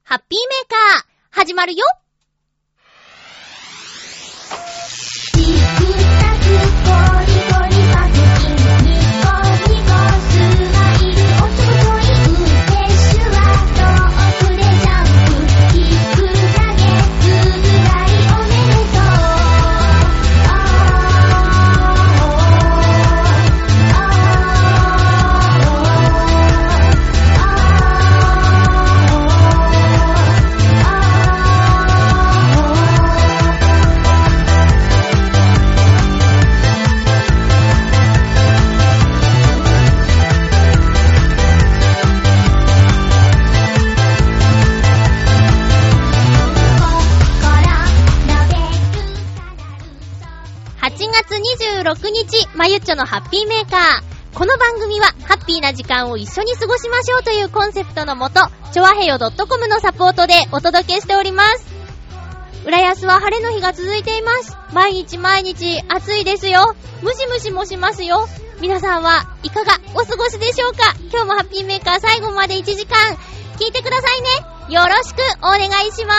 ハッピーメーカー始まるよ。26日、まゆっちょのハッピーメーカー。この番組はハッピーな時間を一緒に過ごしましょうというコンセプトのもと、ちょわへよ .com のサポートでお届けしております。浦安は晴れの日が続いています。毎日暑いですよ。ムシムシもしますよ。皆さんはいかがお過ごしでしょうか。今日もハッピーメーカー最後まで1時間聞いてくださいね。よろしくお願いします。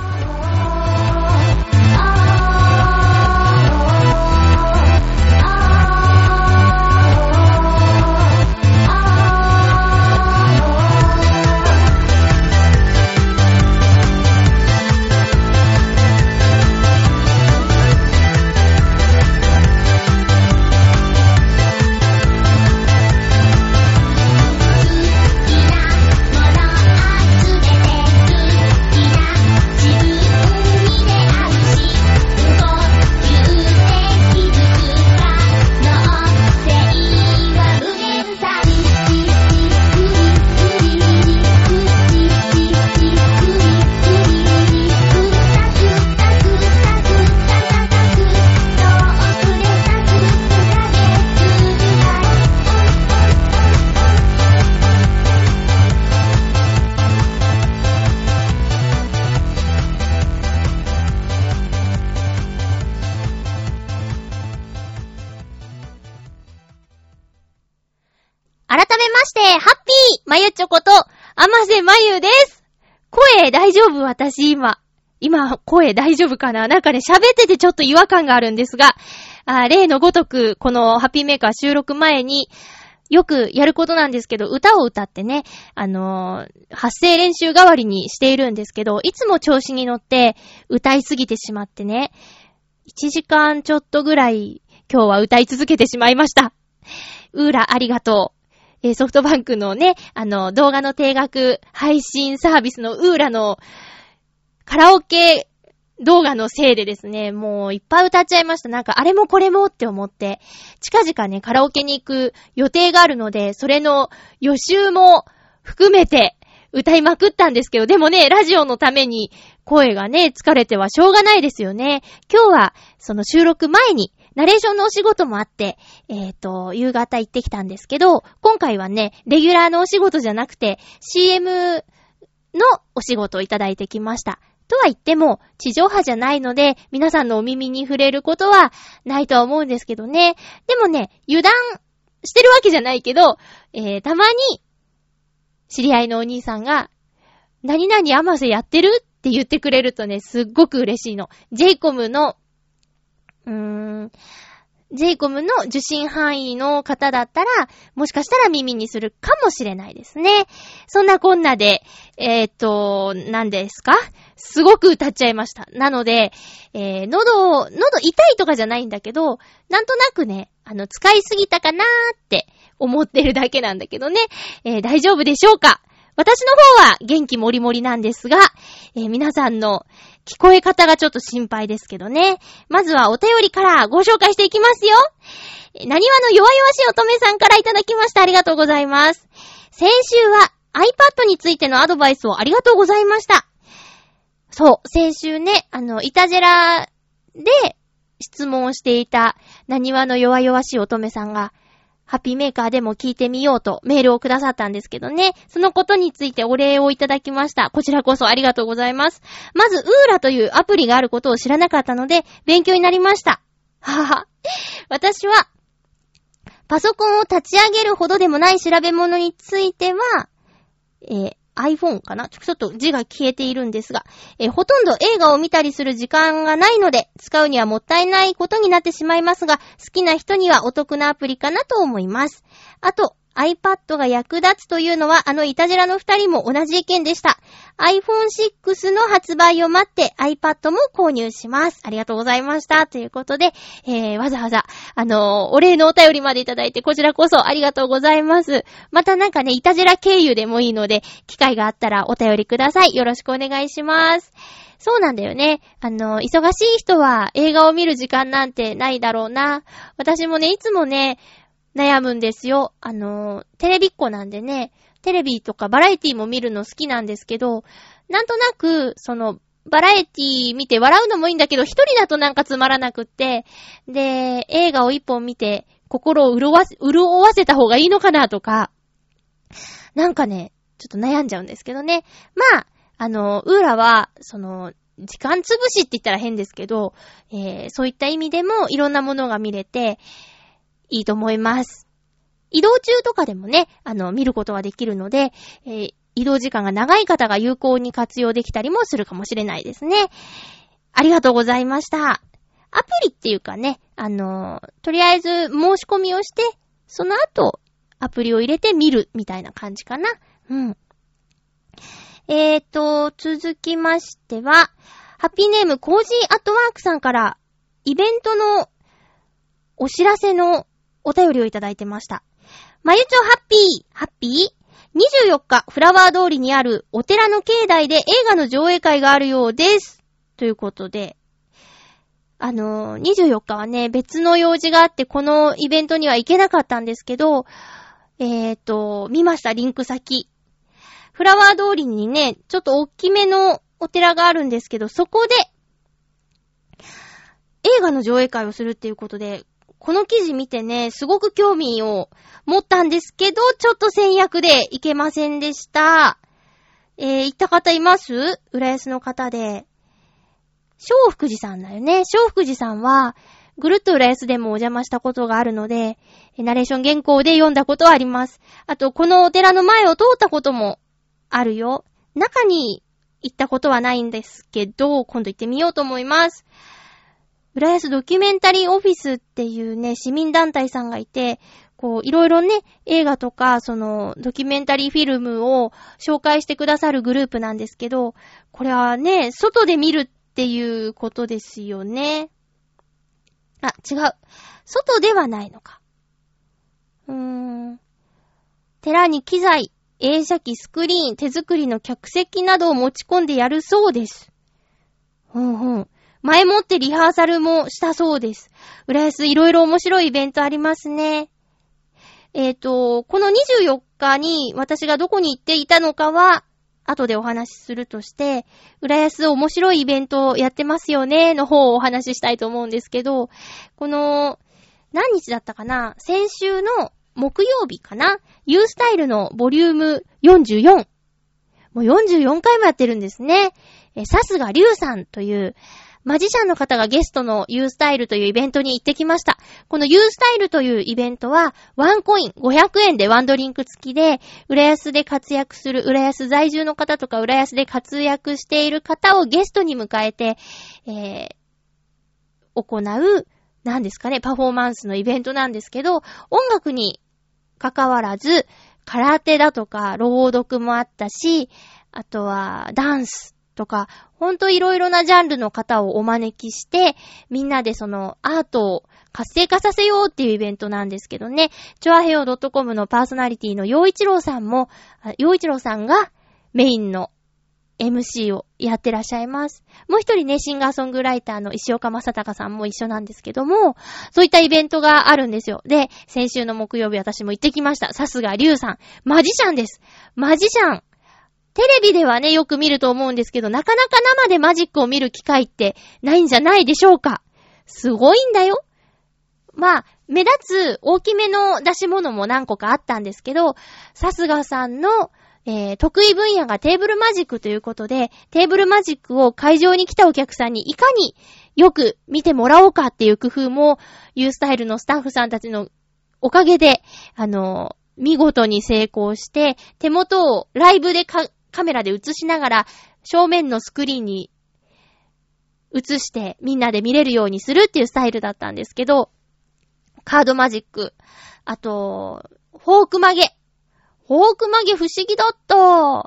まゆちょこと、あませまゆです。声大丈夫？私今声大丈夫かな？なんかね、喋っててちょっと違和感があるんですが、例のごとく、このハッピーメーカー収録前によくやることなんですけど、歌を歌ってね、発声練習代わりにしているんですけど、いつも調子に乗って歌いすぎてしまってね、1時間ちょっとぐらい今日は歌い続けてしまいました。ウーラありがとう。ソフトバンクのね、動画の定額配信サービスのウーラのカラオケ動画のせいでですね、もういっぱい歌っちゃいました。なんかあれもこれもって思って、近々ね、カラオケに行く予定があるので、それの予習も含めて歌いまくったんですけど、でもね、ラジオのために声がね、疲れてはしょうがないですよね。今日はその収録前に、ナレーションのお仕事もあって、夕方行ってきたんですけど、今回はね、レギュラーのお仕事じゃなくて、CM のお仕事をいただいてきました。とは言っても、地上波じゃないので、皆さんのお耳に触れることはないとは思うんですけどね。でもね、油断してるわけじゃないけど、たまに、知り合いのお兄さんが、何々あませやってるって言ってくれるとね、すっごく嬉しいの。JCOM の受信範囲の方だったら、もしかしたら耳にするかもしれないですね。そんなこんなで、何ですか？すごく歌っちゃいました。なので、喉痛いとかじゃないんだけど、なんとなくね、使いすぎたかなーって思ってるだけなんだけどね。大丈夫でしょうか？私の方は元気もりもりなんですが、皆さんの聞こえ方がちょっと心配ですけどね。まずはお便りからご紹介していきますよ。なにわの弱々しい乙女さんからいただきました。ありがとうございます。先週は iPad についてのアドバイスをありがとうございました。そう、先週ね、イタジェラで質問をしていたなにわの弱々しい乙女さんが、ハッピーメーカーでも聞いてみようとメールをくださったんですけどね。そのことについてお礼をいただきました。こちらこそありがとうございます。まず、ウーラというアプリがあることを知らなかったので、勉強になりました。はは。私は、パソコンを立ち上げるほどでもない調べ物については、 iPhone かな？ちょっと字が消えているんですが、ほとんど映画を見たりする時間がないので、使うにはもったいないことになってしまいますが、好きな人にはお得なアプリかなと思います。あと、iPad が役立つというのは、イタジラの2人も同じ意見でした。iPhone 6の発売を待って iPad も購入します。ありがとうございました。ということで、わざわざ、お礼のお便りまでいただいて、こちらこそありがとうございます。またなんかね、イタジラ経由でもいいので、機会があったらお便りください。よろしくお願いします。そうなんだよね。忙しい人は映画を見る時間なんてないだろうな。私もね、いつもね、悩むんですよ。テレビっ子なんでね、テレビとかバラエティも見るの好きなんですけど、なんとなく、バラエティ見て笑うのもいいんだけど、一人だとなんかつまらなくって、で、映画を一本見て、心を潤わせた方がいいのかなとか、なんかね、ちょっと悩んじゃうんですけどね。まあ、ウーラは、時間潰しって言ったら変ですけど、そういった意味でもいろんなものが見れて、いいと思います。移動中とかでもね、見ることができるので、移動時間が長い方が有効に活用できたりもするかもしれないですね。ありがとうございました。アプリっていうかね、とりあえず申し込みをして、その後、アプリを入れて見るみたいな感じかな。うん。続きましては、ハッピーネームコージーアットワークさんから、イベントのお知らせのお便りをいただいてました。まゆちょハッピー ?24 日、フラワー通りにあるお寺の境内で映画の上映会があるようです。ということで、24日はね、別の用事があって、このイベントには行けなかったんですけど、見ました、リンク先。フラワー通りにね、ちょっと大きめのお寺があるんですけど、そこで、映画の上映会をするっていうことで、この記事見てね、すごく興味を持ったんですけど、ちょっと先約で行けませんでした。行った方います？浦安の方で。小福寺さんだよね。小福寺さんは、ぐるっと浦安でもお邪魔したことがあるので、ナレーション原稿で読んだことはあります。あと、このお寺の前を通ったこともあるよ。中に行ったことはないんですけど、今度行ってみようと思います。浦安ドキュメンタリーオフィスっていうね、市民団体さんがいて、いろいろね、映画とか、ドキュメンタリーフィルムを紹介してくださるグループなんですけど、これはね、外で見るっていうことですよね。あ、違う。外ではないのか。寺に機材、映写機、スクリーン、手作りの客席などを持ち込んでやるそうです。前もってリハーサルもしたそうです。浦安いろいろ面白いイベントありますね。この24日に私がどこに行っていたのかは、後でお話しするとして、浦安面白いイベントをやってますよね、の方をお話ししたいと思うんですけど、この、何日だったかな？先週の木曜日かな？ユースタイルのボリューム44。もう44回もやってるんですね。さすがリュウさんという、マジシャンの方がゲストのユースタイルというイベントに行ってきました。このユースタイルというイベントは、ワンコイン500円でワンドリンク付きで、浦安で活躍する、浦安在住の方とか、浦安で活躍している方をゲストに迎えて、行う、何ですかね、パフォーマンスのイベントなんですけど、音楽に関わらず、空手だとか、朗読もあったし、あとはダンスとか、ほんといろいろなジャンルの方をお招きして、みんなでアートを活性化させようっていうイベントなんですけどね、チョアヘオ .com のパーソナリティの陽一郎さんがメインの MC をやってらっしゃいます。もう一人ね、シンガーソングライターの石岡正隆さんも一緒なんですけども、そういったイベントがあるんですよ。で、先週の木曜日私も行ってきました。さすがリュウさん。マジシャンです。マジシャン。テレビではね、よく見ると思うんですけど、なかなか生でマジックを見る機会ってないんじゃないでしょうか。すごいんだよ。まあ、目立つ大きめの出し物も何個かあったんですけど、さすがさんの、得意分野がテーブルマジックということで、テーブルマジックを会場に来たお客さんにいかによく見てもらおうかっていう工夫も、ユースタイルのスタッフさんたちのおかげで、見事に成功して、手元をライブでカメラで映しながら正面のスクリーンに映してみんなで見れるようにするっていうスタイルだったんですけど、カードマジック、あと、フォーク曲げ不思議だった。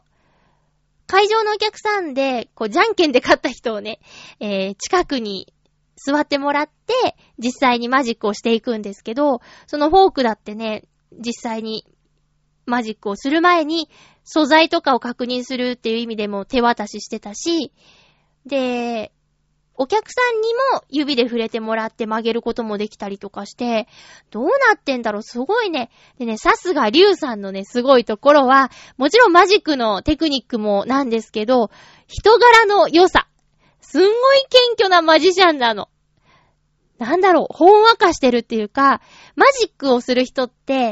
会場のお客さんで、じゃんけんで勝った人をね、近くに座ってもらって、実際にマジックをしていくんですけど、そのフォークだってね、実際にマジックをする前に、素材とかを確認するっていう意味でも手渡ししてたし、で、お客さんにも指で触れてもらって曲げることもできたりとかして、どうなってんだろう、すごいね。でね、さすがリュウさんのね、すごいところは、もちろんマジックのテクニックもなんですけど、人柄の良さ。すんごい謙虚なマジシャンなの。なんだろう、ほんわかしてるっていうか、マジックをする人って、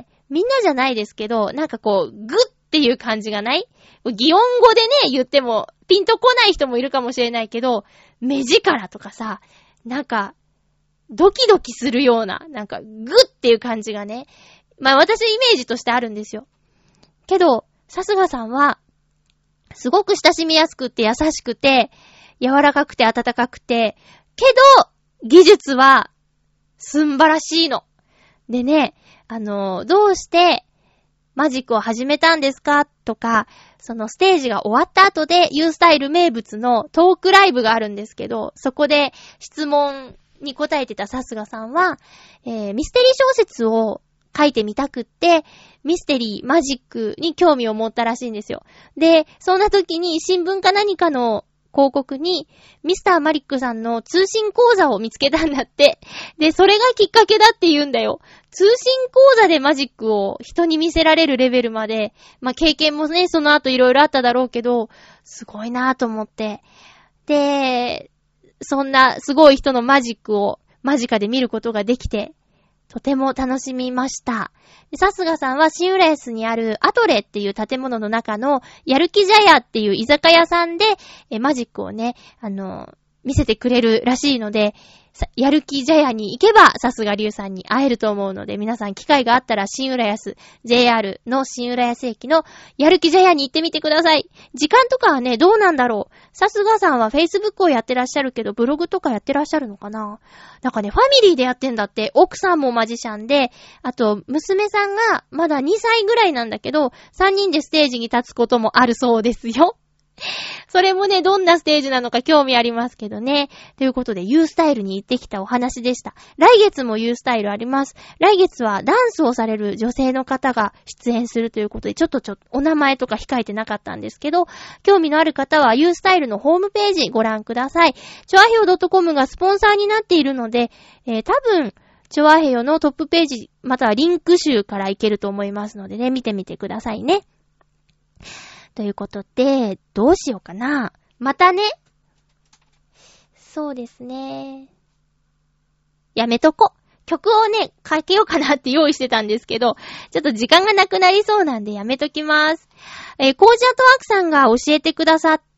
みんなじゃないですけど、なんかグッっていう感じがない？擬音語でね、言っても、ピンとこない人もいるかもしれないけど、目力とかさ、なんか、ドキドキするような、なんか、グッっていう感じがね、まあ私のイメージとしてあるんですよ。けど、さすがさんは、すごく親しみやすくて優しくて、柔らかくて温かくて、けど、技術は、すんばらしいの。でね、どうして、マジックを始めたんですかとか、そのステージが終わった後で U スタイル名物のトークライブがあるんですけど、そこで質問に答えてたさすがさんは、ミステリー小説を書いてみたくって、ミステリー、マジックに興味を持ったらしいんですよ。で、そんな時に新聞か何かの広告にミスターマリックさんの通信講座を見つけたんだって。で、それがきっかけだって言うんだよ。通信講座でマジックを人に見せられるレベルまで、まあ、経験もね、その後いろいろあっただろうけど、すごいなぁと思って。で、そんなすごい人のマジックを間近で見ることができて、とても楽しみました。さすがさんは新浦安にあるアトレっていう建物の中のやる気茶屋っていう居酒屋さんでマジックをね、見せてくれるらしいので、やる気茶屋に行けばさすがリュウさんに会えると思うので、皆さん機会があったら新浦安 JR の新浦安駅のやる気茶屋に行ってみてください。時間とかはね、どうなんだろう。さすがさんは Facebook をやってらっしゃるけどブログとかやってらっしゃるのかな。なんかね、ファミリーでやってんだって。奥さんもマジシャンで、あと娘さんがまだ2歳ぐらいなんだけど、3人でステージに立つこともあるそうですよ。それもね、どんなステージなのか興味ありますけどね。ということで、U スタイルに行ってきたお話でした。来月も U スタイルあります。来月はダンスをされる女性の方が出演するということで、ちょっとお名前とか控えてなかったんですけど、興味のある方は U スタイルのホームページご覧ください。チョアヘヨ .com がスポンサーになっているので、多分、チョアヘヨのトップページ、またはリンク集から行けると思いますのでね、見てみてくださいね。ということで、どうしようかな。またね。そうですね。やめとこ。曲をね、かけようかなって用意してたんですけど、ちょっと時間がなくなりそうなんでやめときます。コージアートワークさんが教えてくださった、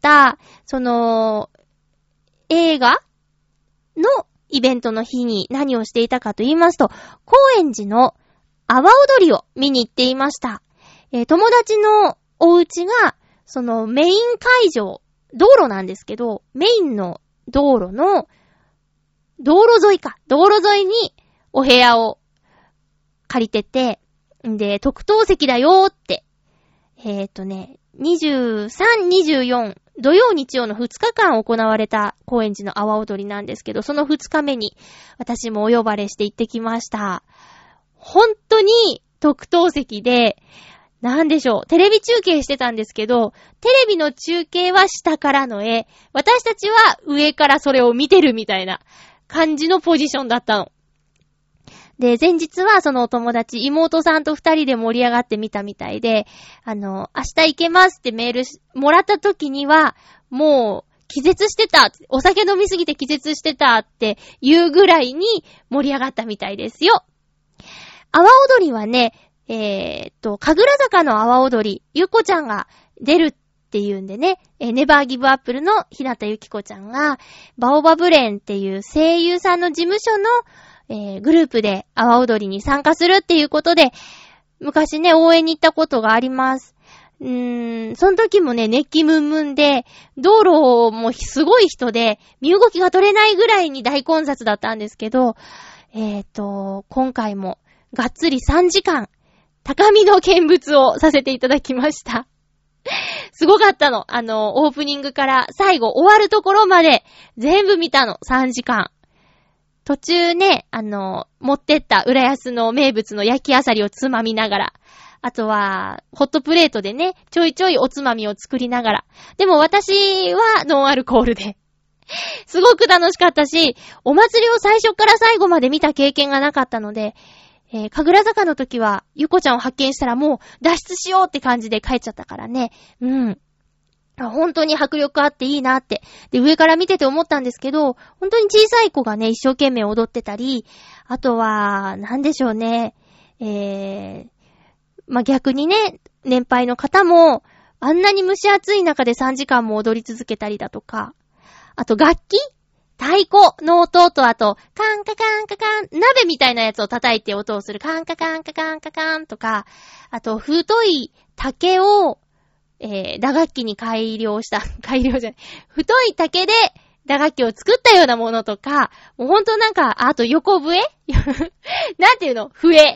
映画のイベントの日に何をしていたかと言いますと、高円寺の阿波踊りを見に行っていました。友達のお家が、メイン会場、道路なんですけど、メインの道路の、道路沿いにお部屋を借りてて、で、特等席だよーって、23、24、土曜日曜の2日間行われた高円寺の阿波踊りなんですけど、その2日目に私もお呼ばれして行ってきました。本当に特等席で、なんでしょう。テレビ中継してたんですけど、テレビの中継は下からの絵、私たちは上からそれを見てるみたいな感じのポジションだったの。で、前日はそのお友達、妹さんと2人で盛り上がってみたみたいで、明日行けますってメールもらった時には、もう気絶してた、お酒飲みすぎて気絶してたっていうぐらいに盛り上がったみたいですよ。阿波踊りはね、神楽坂の阿波踊り、ゆこちゃんが出るっていうんでね、ネバーギブアップルの日向ゆきこちゃんが、バオバブレンっていう声優さんの事務所の、グループで阿波踊りに参加するっていうことで、昔ね、応援に行ったことがあります。 その時もね、熱気ムンムンで、道路もすごい人で、身動きが取れないぐらいに大混雑だったんですけど、今回もがっつり3時間、高みの見物をさせていただきました。すごかったの。オープニングから最後終わるところまで全部見たの。3時間。途中ね、持ってった浦安の名物の焼きあさりをつまみながら、あとは、ホットプレートでね、ちょいちょいおつまみを作りながら。でも私はノンアルコールで。すごく楽しかったし、お祭りを最初から最後まで見た経験がなかったので、神楽坂の時は、ゆこちゃんを発見したらもう脱出しようって感じで帰っちゃったからね。本当に迫力あっていいなって。で、上から見てて思ったんですけど、本当に小さい子がね、一生懸命踊ってたり、あとは、なんでしょうね。逆にね、年配の方も、あんなに蒸し暑い中で3時間も踊り続けたりだとか、あと楽器太鼓の音と、あと、カンカカンカカン、鍋みたいなやつを叩いて音をするカンカカンカカンカカンとか、あと、太い竹を、打楽器に改良じゃない。太い竹で打楽器を作ったようなものとか、もうほんとなんか、あと横笛なんていうの笛。ピーピュルルピピピー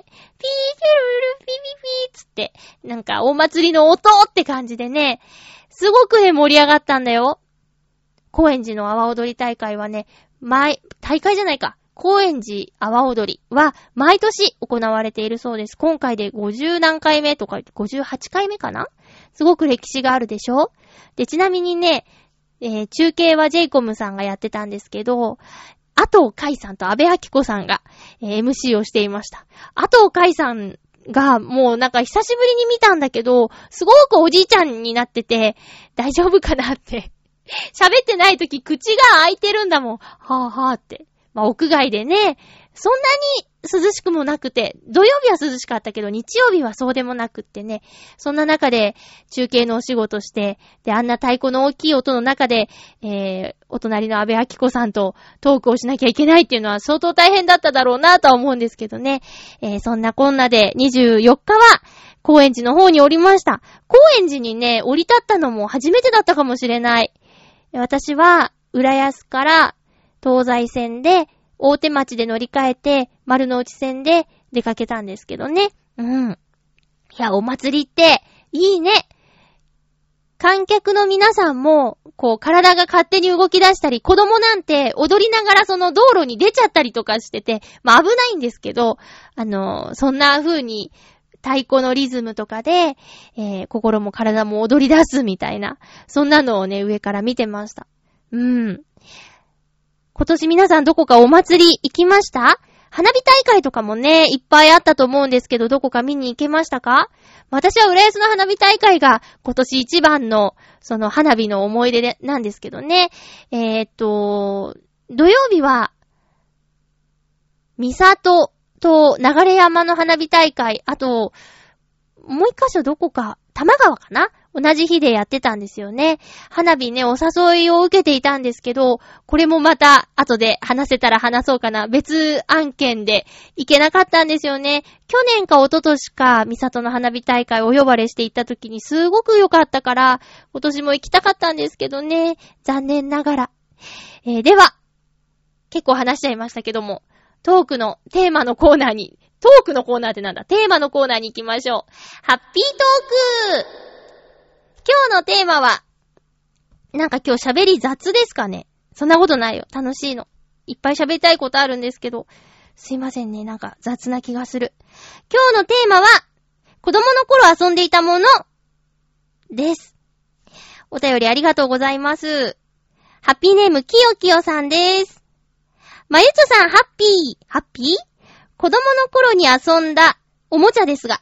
つって、なんかお祭りの音って感じでね、すごくね、盛り上がったんだよ。高円寺の阿波踊り大会はね、大会じゃないか。高円寺阿波踊りは毎年行われているそうです。今回で50何回目とか58回目かな？すごく歴史があるでしょ？で、ちなみにね、中継はジェイコムさんがやってたんですけど、阿藤海さんと安部明子さんが、MC をしていました。阿藤海さんがもうなんか久しぶりに見たんだけど、すごくおじいちゃんになってて、大丈夫かなって。喋ってないとき口が開いてるんだもん。はぁはぁって。屋外でね、そんなに涼しくもなくて、土曜日は涼しかったけど、日曜日はそうでもなくってね、そんな中で中継のお仕事して、で、あんな太鼓の大きい音の中で、お隣の安部明子さんとトークをしなきゃいけないっていうのは相当大変だっただろうなとは思うんですけどね。そんなこんなで24日は、高円寺の方に降りました。高円寺にね、降り立ったのも初めてだったかもしれない。私は、浦安から東西線で、大手町で乗り換えて、丸の内線で出かけたんですけどね。いや、お祭りって、いいね。観客の皆さんも、体が勝手に動き出したり、子供なんて踊りながらその道路に出ちゃったりとかしてて、危ないんですけど、そんな風に、太鼓のリズムとかで、心も体も踊り出すみたいな、そんなのをね、上から見てました。今年皆さんどこかお祭り行きました？花火大会とかもね、いっぱいあったと思うんですけど、どこか見に行けましたか？私は浦安の花火大会が今年一番の、その花火の思い出なんですけどね。土曜日は、三郷と流山の花火大会、あと、もう一箇所どこか、多摩川かな？同じ日でやってたんですよね。花火ね、お誘いを受けていたんですけど、これもまた後で話せたら話そうかな。別案件で行けなかったんですよね。去年か一昨年か、三郷の花火大会お呼ばれして行った時にすごく良かったから、今年も行きたかったんですけどね。残念ながら。では、結構話しちゃいましたけども、トークのテーマのコーナーに、トークのコーナーってなんだ？テーマのコーナーに行きましょう。ハッピートーク！今日のテーマは、なんか今日喋り雑ですかね？そんなことないよ。楽しいの。いっぱい喋りたいことあるんですけど、すいませんね。なんか雑な気がする。今日のテーマは、子供の頃遊んでいたものです。お便りありがとうございます。ハッピーネームきよきよさんです。まゆちょさん、ハッピー子供の頃に遊んだおもちゃですが。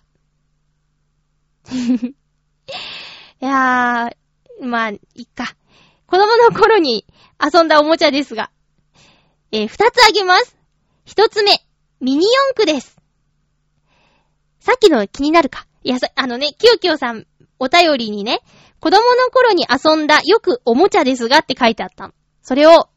いやー、いっか。子供の頃に遊んだおもちゃですが。2つあげます。1つ目、ミニ四駆です。さっきの気になるか。いや、きよきよさん、お便りにね、子供の頃に遊んだよくおもちゃですがって書いてあったの。それを、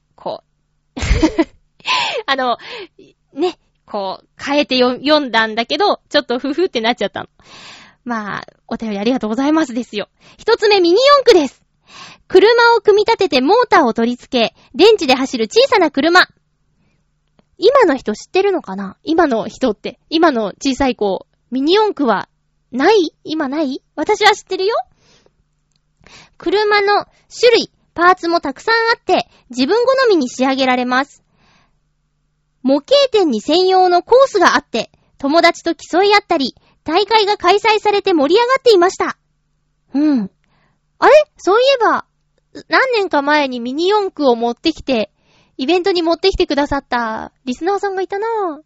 変えて読んだんだけど、ちょっとふふってなっちゃったの。 まあ、お便りありがとうございますですよ。一つ目、ミニ四駆です。車を組み立ててモーターを取り付け、電池で走る小さな車。今の人知ってるのかな？今の人って。今の小さい子、ミニ四駆はない？今ない？私は知ってるよ。車の種類、パーツもたくさんあって、自分好みに仕上げられます。模型店に専用のコースがあって、友達と競い合ったり、大会が開催されて盛り上がっていました。あれ？そういえば、何年か前にミニ四駆を持ってきて、イベントに持ってきてくださったリスナーさんがいたなぁ。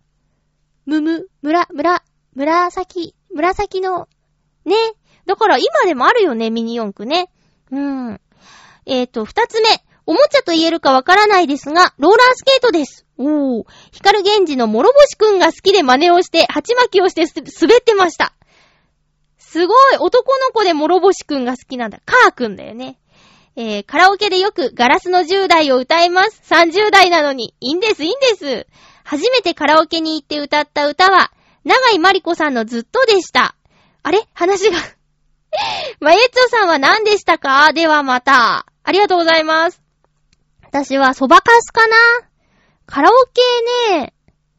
紫の、ね。だから今でもあるよね、ミニ四駆ね。二つ目。おもちゃと言えるかわからないですが、ローラースケートです。光源氏の諸星くんが好きで真似をして、鉢巻きをして滑ってました。すごい、男の子で諸星くんが好きなんだ。カーくんだよね。カラオケでよくガラスの10代を歌います。30代なのに。いいんです。初めてカラオケに行って歌った歌は、永井まりこさんのずっとでした。あれ？話が。まゆっちょさんは何でしたか？ではまた。ありがとうございます。私はそばかすかな？カラオケね。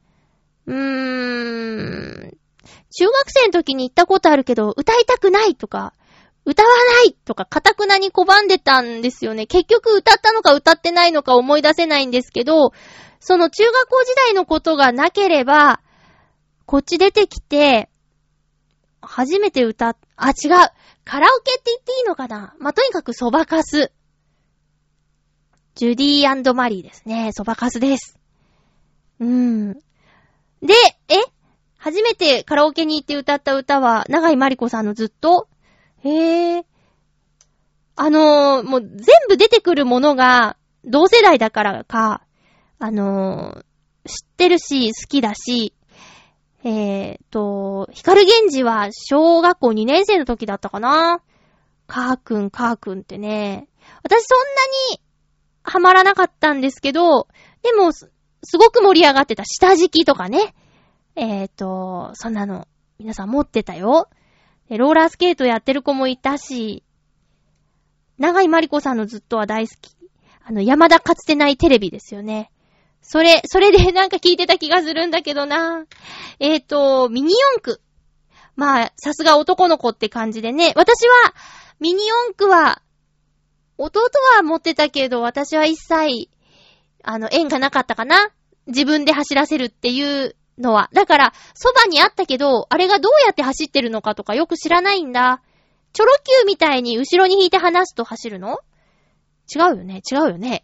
中学生の時に行ったことあるけど、歌いたくないとか、歌わないとか、堅くなに拒んでたんですよね。結局歌ったのか歌ってないのか思い出せないんですけど、その中学校時代のことがなければ、こっち出てきて、初めて違う。カラオケって言っていいのかな？まあ、とにかくそばかす。ジュディ&マリーですね。そばかすです。で、初めてカラオケに行って歌った歌は、永井まりこさんのずっと。もう全部出てくるものが同世代だからか、知ってるし、好きだし、光源氏は小学校2年生の時だったかな。カーくんってね。私そんなにハマらなかったんですけど、でもすごく盛り上がってた下敷きとかね。そんなの皆さん持ってたよ。ローラースケートやってる子もいたし、永井まりこさんのずっとは大好き。山田かつてないテレビですよね。それでなんか聞いてた気がするんだけどな。ミニ四駆。まあ、さすが男の子って感じでね。私は、ミニ四駆は、弟は持ってたけど、私は一切、縁がなかったかな。自分で走らせるっていうのは。だから、そばにあったけど、あれがどうやって走ってるのかとかよく知らないんだ。チョロ Q みたいに後ろに引いて離すと走るの？違うよね。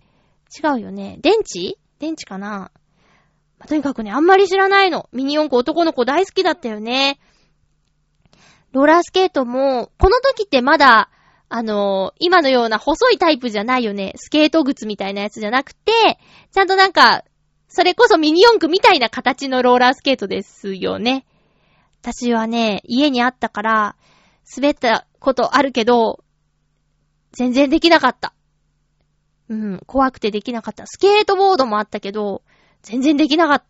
電池かな？とにかくね、あんまり知らないの。ミニ四駆男の子大好きだったよね。ローラースケートも、この時ってまだ、今のような細いタイプじゃないよね。スケート靴みたいなやつじゃなくて、ちゃんとなんか、それこそミニ四駆みたいな形のローラースケートですよね。私はね、家にあったから、滑ったことあるけど、全然できなかった。怖くてできなかった。スケートボードもあったけど、全然できなかった。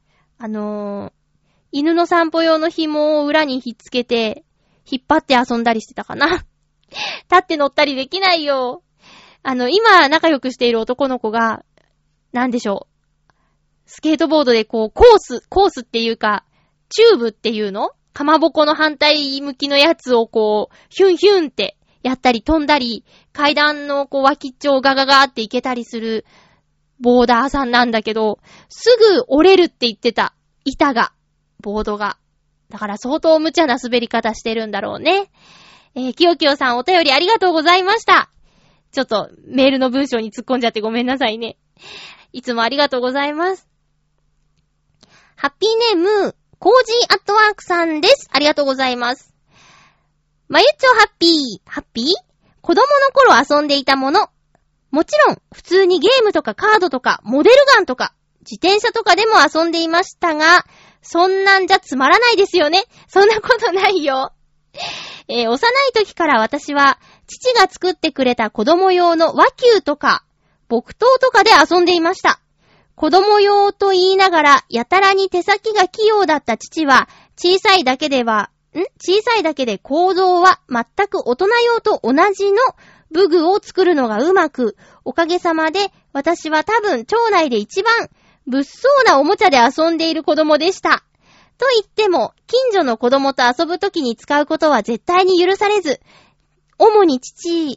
犬の散歩用の紐を裏にひっつけて、引っ張って遊んだりしてたかな。立って乗ったりできないよ。今仲良くしている男の子が、なんでしょう。スケートボードでこう、コースっていうか、チューブっていうの？かまぼこの反対向きのやつをこう、ヒュンヒュンってやったり飛んだり、階段のこう脇っちょをガガガーっていけたりするボーダーさんなんだけど、すぐ折れるって言ってた。ボードが。だから相当無茶な滑り方してるんだろうね。きよきよさんお便りありがとうございました。ちょっとメールの文章に突っ込んじゃってごめんなさいね。いつもありがとうございます。ハッピーネーム、コージーアットワークさんです。ありがとうございます。まゆっちょハッピー子供の頃遊んでいたもの。もちろん、普通にゲームとかカードとか、モデルガンとか、自転車とかでも遊んでいましたが、そんなんじゃつまらないですよね。そんなことないよ。幼い時から私は、父が作ってくれた子供用の和球とか、木刀とかで遊んでいました。子供用と言いながら、やたらに手先が器用だった父は、小さいだけでは小さいだけで構造は全く大人用と同じの武具を作るのがうまく、おかげさまで私は多分町内で一番物騒なおもちゃで遊んでいる子供でした。と言っても、近所の子供と遊ぶときに使うことは絶対に許されず、主に父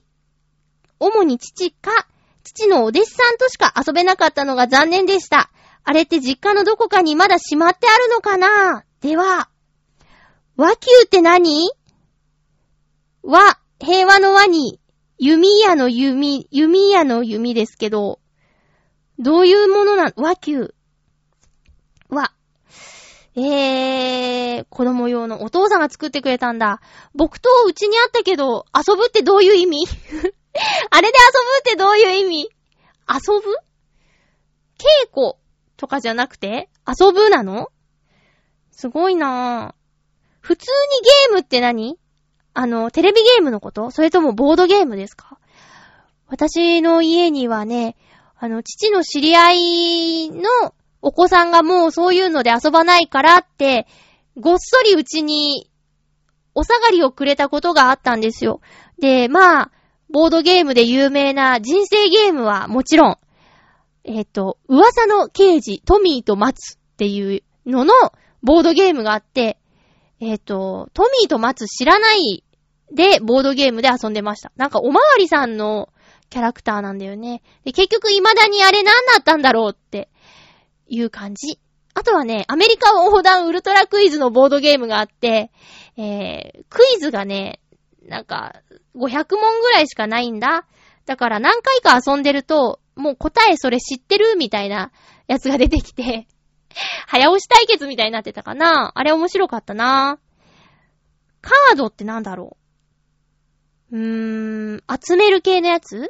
か、父のお弟子さんとしか遊べなかったのが残念でした。あれって実家のどこかにまだしまってあるのかな？では、和球って何？和、平和の和に、弓矢の弓ですけど、どういうものなの？和球。和。子供用のお父さんが作ってくれたんだ。木刀うちにあったけど、遊ぶってどういう意味？あれで遊ぶってどういう意味？遊ぶ？稽古とかじゃなくて遊ぶなの？すごいなぁ。普通にゲームって何？テレビゲームのこと？それともボードゲームですか？私の家にはね、父の知り合いのお子さんがもうそういうので遊ばないからって、ごっそりうちにお下がりをくれたことがあったんですよ。で、まあ、ボードゲームで有名な人生ゲームはもちろん、噂の刑事、トミーと松っていうののボードゲームがあって、トミーと松知らないでボードゲームで遊んでました。なんかおまわりさんのキャラクターなんだよね。で、結局未だにあれ何だったんだろうっていう感じ。あとはね、アメリカ横断ウルトラクイズのボードゲームがあって、クイズがね、なんか500問ぐらいしかないんだ。だから何回か遊んでると、もう答えそれ知ってるみたいなやつが出てきて、早押し対決みたいになってたかな。あれ面白かったな。カードってなんだろう。集める系のやつ？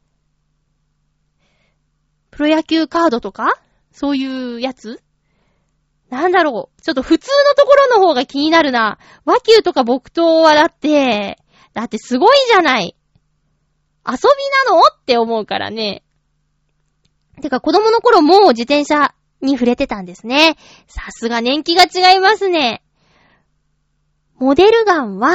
プロ野球カードとか？そういうやつ？なんだろう。ちょっと普通のところの方が気になるな。和球とか木刀はだってすごいじゃない。遊びなのって思うからね。てか子供の頃もう自転車に触れてたんですね。さすが年季が違いますね。モデルガン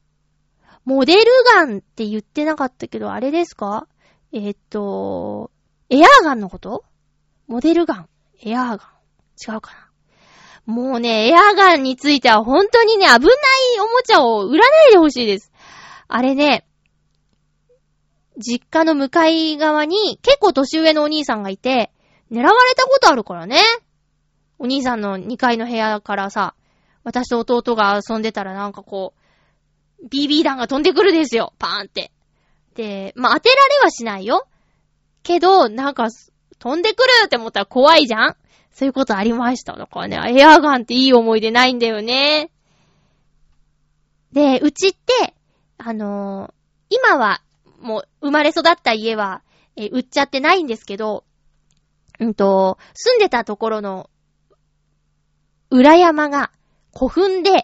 って言ってなかったけど、あれですか？エアーガンのこと？モデルガン、エアーガン。違うかな。もうね、エアーガンについては本当にね、危ないおもちゃを売らないでほしいです。あれね、実家の向かい側に結構年上のお兄さんがいて、狙われたことあるからね。お兄さんの2階の部屋からさ、私と弟が遊んでたらなんかこう、BB 弾が飛んでくるですよ。パーンって。で、まあ、当てられはしないよ。けど、なんか、飛んでくるって思ったら怖いじゃん？そういうことありました。だからね、エアガンっていい思い出ないんだよね。で、うちって、今は、もう、生まれ育った家は、売っちゃってないんですけど、住んでたところの、裏山が、古墳で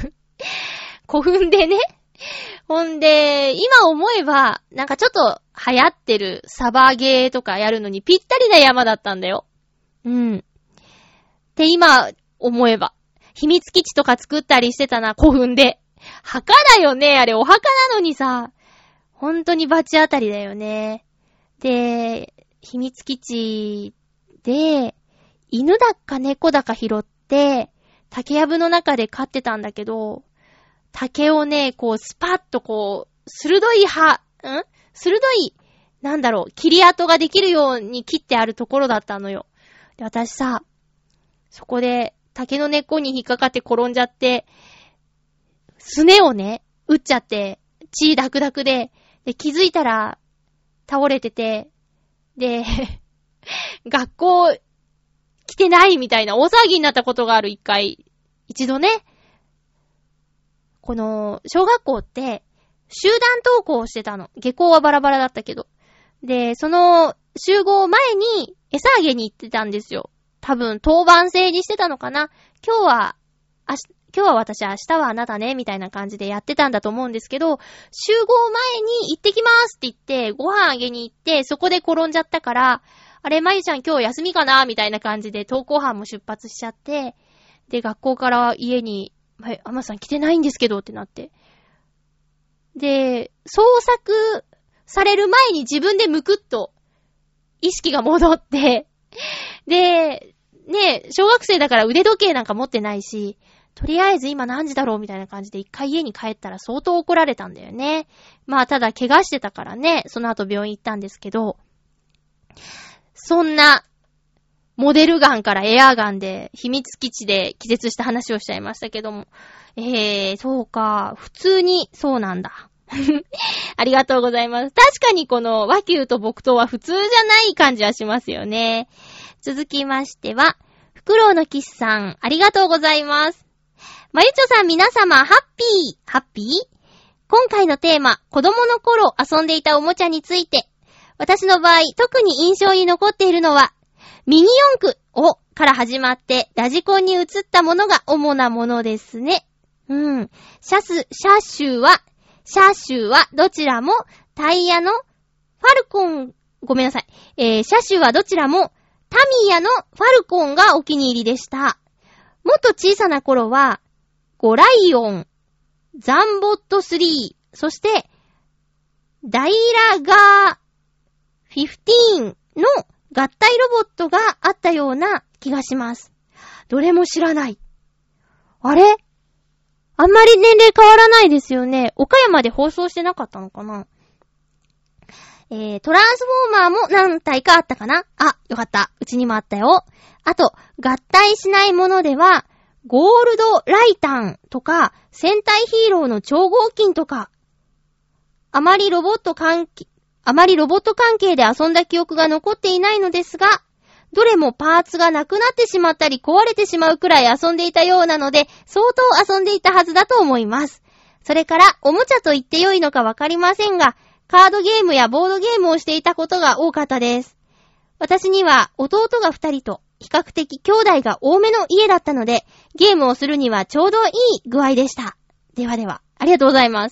ね。ほんで、今思えば、なんかちょっと流行ってるサバゲーとかやるのにぴったりな山だったんだよ。うん。って今思えば、秘密基地とか作ったりしてたな、古墳で。墓だよね、あれお墓なのにさ、本当に罰当たりだよね。で、秘密基地で、犬だか猫だか拾って、竹やぶの中で飼ってたんだけど、竹をね、こうスパッとこう、鋭い、切り跡ができるように切ってあるところだったのよ。で、私さ、そこで竹の根っこに引っかかって転んじゃって、すねをね、打っちゃって、血ダクダクで、気づいたら倒れてて、で、学校来てないみたいな大騒ぎになったことがある一度ね。この、小学校って、集団登校をしてたの。下校はバラバラだったけど。で、その、集合前に、餌あげに行ってたんですよ。多分、当番制にしてたのかな。今日は私、明日はあなたね、みたいな感じでやってたんだと思うんですけど、集合前に行ってきますって言って、ご飯あげに行って、そこで転んじゃったから、あれ、まゆちゃん今日休みかなみたいな感じで、登校班も出発しちゃって、で、学校から家に、 アマさん着てないんですけどってなって。で、創作される前に自分でむくっと意識が戻って、で、ね、小学生だから腕時計なんか持ってないし、とりあえず今何時だろうみたいな感じで一回家に帰ったら相当怒られたんだよね。まあただ怪我してたからね、その後病院行ったんですけど、そんなモデルガンからエアガンで秘密基地で気絶した話をしちゃいましたけども。そうか。普通にそうなんだ。ありがとうございます。確かにこの和牛と木刀は普通じゃない感じはしますよね。続きましては、フクロウのキスさん、ありがとうございます。まゆちょさん皆様、ハッピー今回のテーマ、子供の頃遊んでいたおもちゃについて、私の場合、特に印象に残っているのは、ミニ四駆から始まってラジコンに移ったものが主なものですね。車種はどちらもタイヤのファルコン、ごめんなさい。車種はどちらもタミヤのファルコンがお気に入りでした。もっと小さな頃は、ゴライオン、ザンボット3、そしてダイラガー15の合体ロボットがあったような気がします。どれも知らない。あれ？あんまり年齢変わらないですよね。岡山で放送してなかったのかな？トランスフォーマーも何体かあったかな？あ、よかった。うちにもあったよ。あと、合体しないものでは、ゴールドライタンとか、戦隊ヒーローの超合金とか、あまりロボット関係で遊んだ記憶が残っていないのですが、どれもパーツがなくなってしまったり壊れてしまうくらい遊んでいたようなので、相当遊んでいたはずだと思います。それから、おもちゃと言ってよいのかわかりませんが、カードゲームやボードゲームをしていたことが多かったです。私には弟が2人と、比較的兄弟が多めの家だったので、ゲームをするにはちょうどいい具合でした。ではでは、ありがとうございます。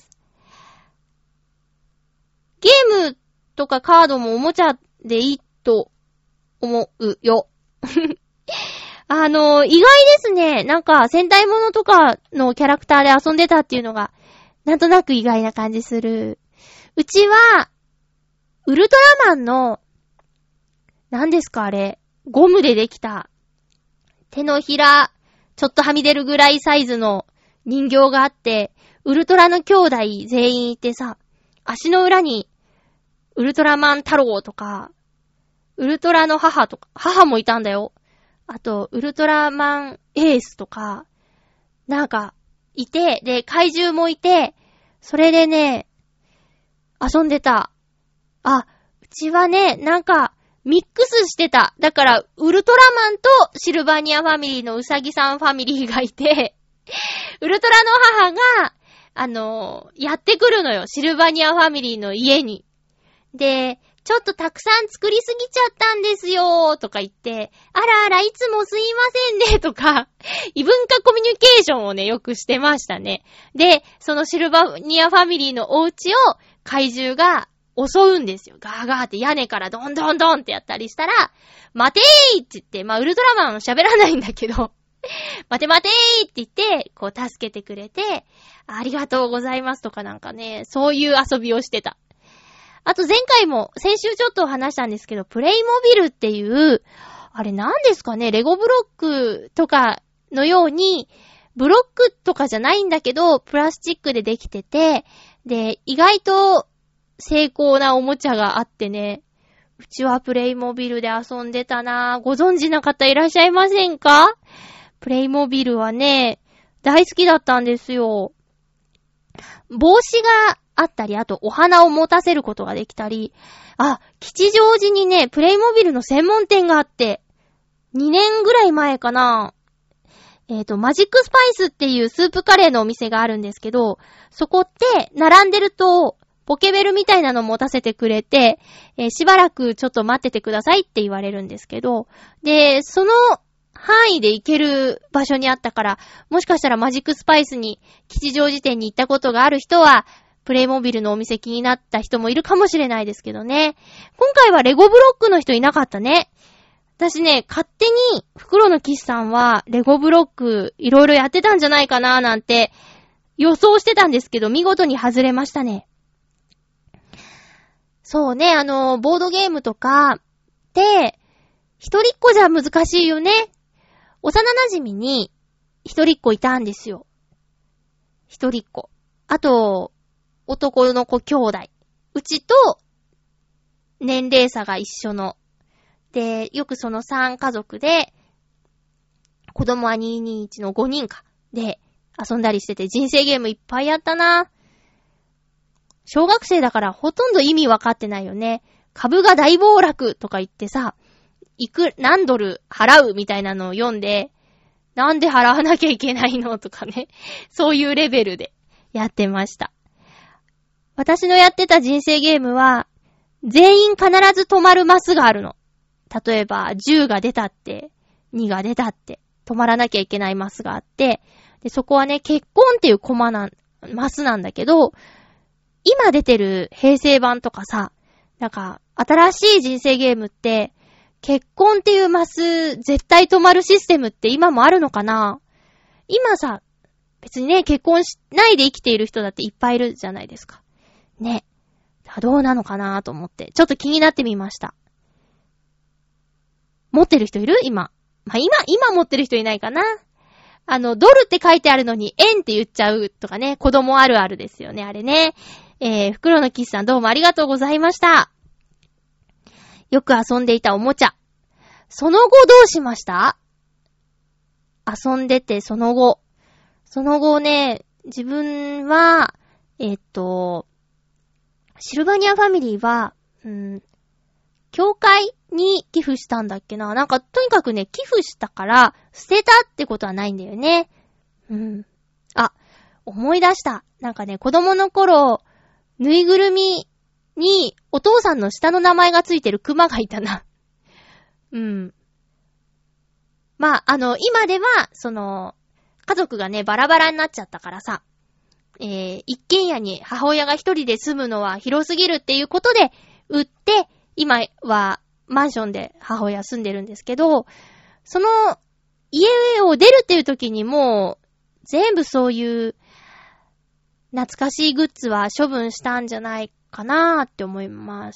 ゲームとかカードもおもちゃでいいと思うよ。意外ですね。なんか戦隊ものとかのキャラクターで遊んでたっていうのが、なんとなく意外な感じする。うちは、ウルトラマンの、何ですかあれ、ゴムでできた、手のひら、ちょっとはみ出るぐらいサイズの人形があって、ウルトラの兄弟全員いてさ、足の裏に、ウルトラマン太郎とか、ウルトラの母とか、母もいたんだよ。あと、ウルトラマンエースとか、なんか、いて、で、怪獣もいて、それでね、遊んでた。あ、うちはね、なんか、ミックスしてた。だから、ウルトラマンとシルバニアファミリーのうさぎさんファミリーがいて、ウルトラの母が、やってくるのよ。シルバニアファミリーの家に。で、ちょっとたくさん作りすぎちゃったんですよーとか言って、あらあらいつもすいませんねとか、異文化コミュニケーションをね、よくしてましたね。で、そのシルバニアファミリーのお家を怪獣が襲うんですよ。ガーガーって屋根からドンドンドンってやったりしたら、待てーって言って、まあウルトラマン喋らないんだけど、待て待てーって言って、こう助けてくれて、ありがとうございますとかなんかね、そういう遊びをしてた。あと前回も、先週ちょっと話したんですけど、プレイモビルっていう、あれ何ですかね、レゴブロックとかのように、ブロックとかじゃないんだけど、プラスチックでできてて、で、意外と精巧なおもちゃがあってね、うちはプレイモビルで遊んでたなぁ。ご存知な方いらっしゃいませんか？プレイモビルはね、大好きだったんですよ。帽子があったり、あとお花を持たせることができたり、あ、吉祥寺にね、プレイモビルの専門店があって、2年ぐらい前かな。マジックスパイスっていうスープカレーのお店があるんですけど、そこって並んでるとポケベルみたいなの持たせてくれて、しばらくちょっと待っててくださいって言われるんですけど、で、その範囲で行ける場所にあったから、もしかしたらマジックスパイスに吉祥寺店に行ったことがある人は、プレイモビルのお店気になった人もいるかもしれないですけどね。今回はレゴブロックの人いなかったね。 私ね、勝手に、袋のキスさんは、レゴブロック、いろいろやってたんじゃないかななんて、予想してたんですけど、見事に外れましたね。そうね、ボードゲームとか、で、一人っ子じゃ難しいよね。幼馴染に、一人っ子いたんですよ。一人っ子。あと、男の子兄弟。うちと、年齢差が一緒の。で、よくその3家族で、子供は221の5人か。で、遊んだりしてて人生ゲームいっぱいやったな。小学生だからほとんど意味わかってないよね。株が大暴落とか言ってさ、何ドル払うみたいなのを読んで、なんで払わなきゃいけないのとかね。そういうレベルでやってました。私のやってた人生ゲームは、全員必ず止まるマスがあるの。例えば、10が出たって、2が出たって、止まらなきゃいけないマスがあって、で、そこはね、結婚っていうマスなんだけど、今出てる平成版とかさ、なんか、新しい人生ゲームって、結婚っていうマス、絶対止まるシステムって今もあるのかな？今さ、別にね、結婚しないで生きている人だっていっぱいいるじゃないですか。ね。どうなのかなと思って、ちょっと気になってみました。持ってる人いる？今。まあ、今持ってる人いないかな。ドルって書いてあるのに円って言っちゃうとかね、子供あるあるですよね、あれね。袋のキスさんどうもありがとうございました。よく遊んでいたおもちゃ。その後どうしました？遊んでてその後ね、自分は、シルバニアファミリーは、教会に寄付したんだっけな。なんか、とにかくね、寄付したから、捨てたってことはないんだよね。あ、思い出した。なんかね、子供の頃、ぬいぐるみに、お父さんの下の名前がついてるクマがいたな。まあ、今では、家族がね、バラバラになっちゃったからさ、一軒家に母親が一人で住むのは広すぎるっていうことで、売って、今はマンションで母親住んでるんですけど、その家を出るっていう時にもう全部そういう懐かしいグッズは処分したんじゃないかなーって思います。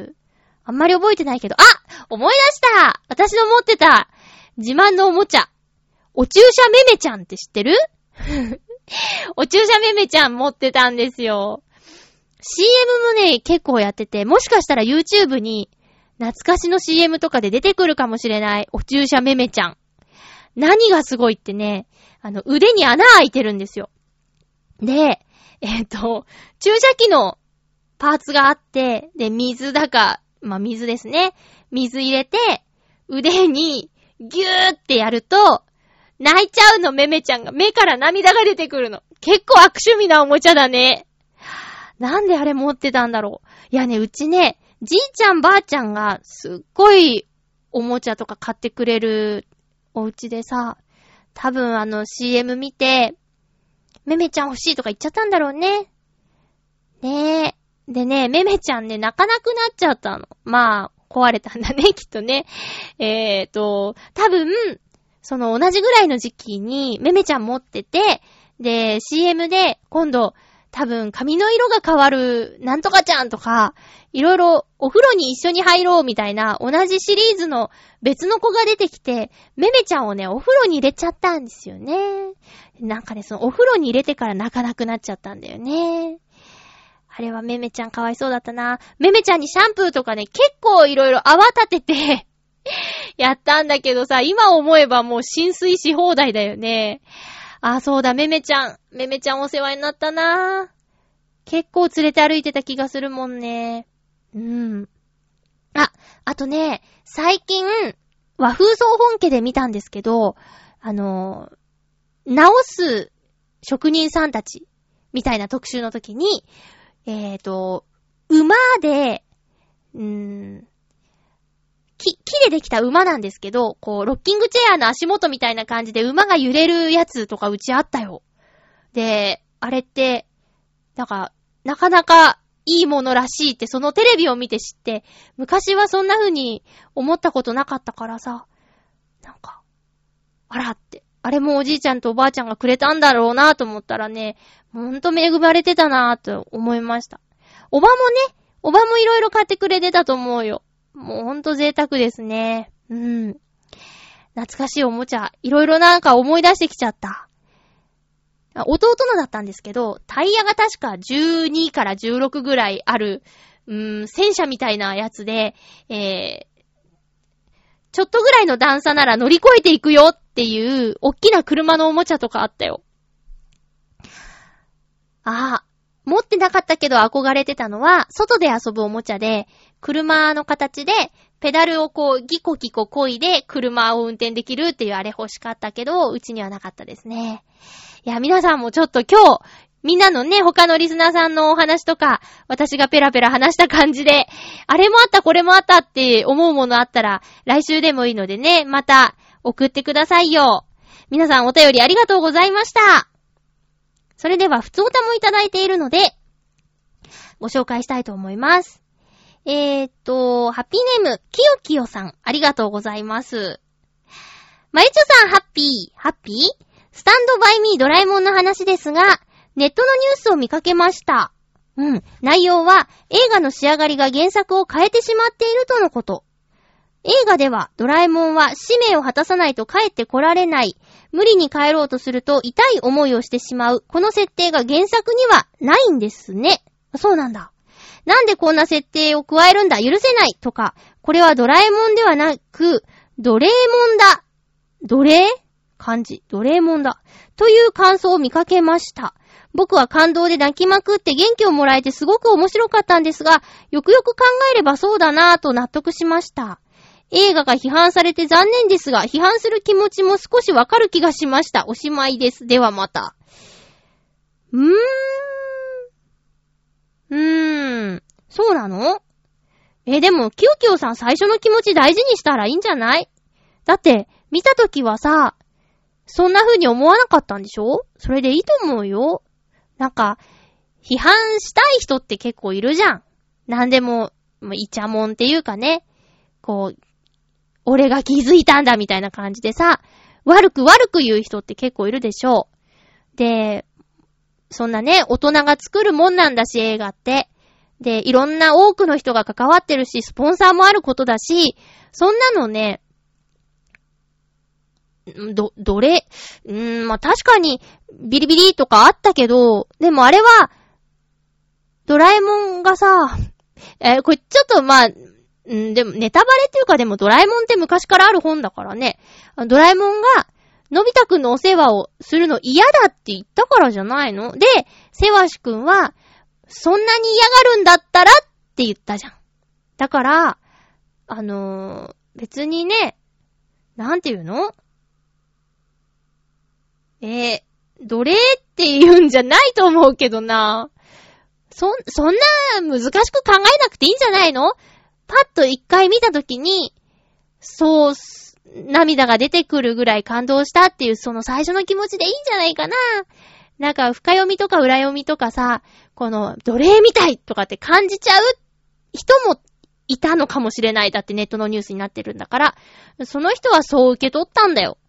あんまり覚えてないけど、思い出した！私の持ってた自慢のおもちゃ。お注射めめちゃんって知ってる？お注射めめちゃん持ってたんですよ。CM もね、結構やってて、もしかしたら YouTube に懐かしの CM とかで出てくるかもしれない。お注射めめちゃん。何がすごいってね、腕に穴開いてるんですよ。で、注射器のパーツがあって、で、水ですね。水入れて、腕にギューってやると、泣いちゃうの、めめちゃんが。目から涙が出てくるの。結構悪趣味なおもちゃだね。なんであれ持ってたんだろう。いやね、うちね、じいちゃんばあちゃんがすっごいおもちゃとか買ってくれるお家でさ、多分CM 見て、めめちゃん欲しいとか言っちゃったんだろうね。ねえ。でね、めめちゃんね、泣かなくなっちゃったの。まあ、壊れたんだね、きっとね。多分、同じぐらいの時期にめめちゃん持ってて、で、CM で今度、多分髪の色が変わるなんとかちゃんとか、いろいろお風呂に一緒に入ろうみたいな同じシリーズの別の子が出てきて、めめちゃんをね、お風呂に入れちゃったんですよね。なんかね、お風呂に入れてから泣かなくなっちゃったんだよね。あれはめめちゃんかわいそうだったな。めめちゃんにシャンプーとかね、結構いろいろ泡立ててやったんだけどさ、今思えばもう浸水し放題だよね。そうだ、めめちゃんお世話になったな。結構連れて歩いてた気がするもんね。あとね、最近、和風総本家で見たんですけど、直す職人さんたち、みたいな特集の時に、馬で、木でできた馬なんですけど、こう、ロッキングチェアの足元みたいな感じで馬が揺れるやつとかうちあったよ。で、あれって、なんか、なかなかいいものらしいってそのテレビを見て知って、昔はそんな風に思ったことなかったからさ、なんか、あらって、あれもおじいちゃんとおばあちゃんがくれたんだろうなと思ったらね、ほんと恵まれてたなと思いました。おばもいろいろ買ってくれてたと思うよ。もうほんと贅沢ですね。懐かしいおもちゃ、いろいろなんか思い出してきちゃった。弟のだったんですけど、タイヤが確か12から16ぐらいある、戦車みたいなやつで、ちょっとぐらいの段差なら乗り越えていくよっていう、おっきな車のおもちゃとかあったよ。持ってなかったけど憧れてたのは、外で遊ぶおもちゃで、車の形で、ペダルをこう、ギコギコ漕いで、車を運転できるっていうあれ欲しかったけど、うちにはなかったですね。いや、皆さんもちょっと今日、みんなのね、他のリスナーさんのお話とか、私がペラペラ話した感じで、あれもあった、これもあったって思うものあったら、来週でもいいのでね、また送ってくださいよ。皆さんお便りありがとうございました。それでは、ふつおたもいただいているので、ご紹介したいと思います。ハッピーネーム、きよきよさん、ありがとうございます。まゆちょさん、ハッピースタンドバイミードラえもんの話ですが、ネットのニュースを見かけました。内容は、映画の仕上がりが原作を変えてしまっているとのこと。映画では、ドラえもんは使命を果たさないと帰ってこられない。無理に帰ろうとすると痛い思いをしてしまう。この設定が原作にはないんですね。そうなんだ。なんでこんな設定を加えるんだ、許せないとか、これはドラえもんではなく、ドレーモンだ。ドレーモンだ。という感想を見かけました。僕は感動で泣きまくって元気をもらえてすごく面白かったんですが、よくよく考えればそうだなぁと納得しました。映画が批判されて残念ですが、批判する気持ちも少しわかる気がしました。おしまいです。ではまた。そうなの？でも、キヨキヨさん最初の気持ち大事にしたらいいんじゃない？だって、見たときはさ、そんな風に思わなかったんでしょ？それでいいと思うよ。なんか、批判したい人って結構いるじゃん。なんでも、イチャモンっていうかね、こう、俺が気づいたんだみたいな感じでさ、悪く言う人って結構いるでしょう。で、そんなね、大人が作るもんなんだし、映画って。で、いろんな多くの人が関わってるし、スポンサーもあることだし、そんなのね、確かにビリビリとかあったけど、でもあれは、ドラえもんがさ、これちょっとでもネタバレっていうかでもドラえもんって昔からある本だからね、ドラえもんが、のび太くんのお世話をするの嫌だって言ったからじゃないの？で、せわしくんは、そんなに嫌がるんだったらって言ったじゃん。だから、別にね、なんていうの？奴隷って言うんじゃないと思うけどな。そんな難しく考えなくていいんじゃないの？パッと一回見たときに、そう、涙が出てくるぐらい感動したっていうその最初の気持ちでいいんじゃないかな。なんか深読みとか裏読みとかさ、この奴隷みたいとかって感じちゃう人もいたのかもしれない。だってネットのニュースになってるんだから、その人はそう受け取ったんだよ。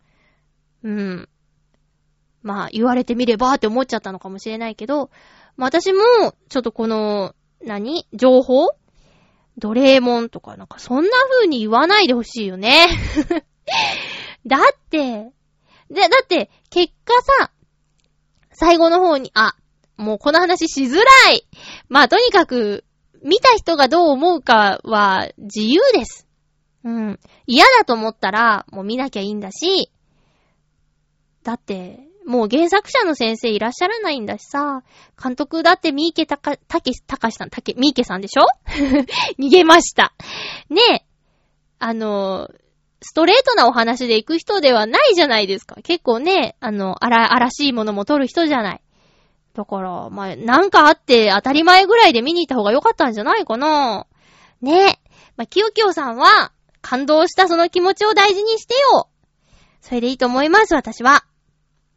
言われてみればって思っちゃったのかもしれないけど、私もちょっとこの情報ドレーモンとかなんかそんな風に言わないでほしいよね。だって結果さ、最後の方に、もうこの話しづらい。とにかく、見た人がどう思うかは自由です。嫌だと思ったら、もう見なきゃいいんだし、だって、もう原作者の先生いらっしゃらないんだしさ、監督だって三池隆さん、三池さんでしょ？逃げました。ねえ、ストレートなお話で行く人ではないじゃないですか。結構ね、荒しいものも撮る人じゃない。だから、なんかあって当たり前ぐらいで見に行った方が良かったんじゃないかな。ねえ。きよきよさんは、感動したその気持ちを大事にしてよ。それでいいと思います、私は。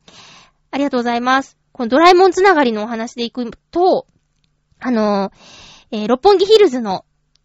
ありがとうございます。このドラえもんつながりのお話でいくと、 六本木ヒルズの、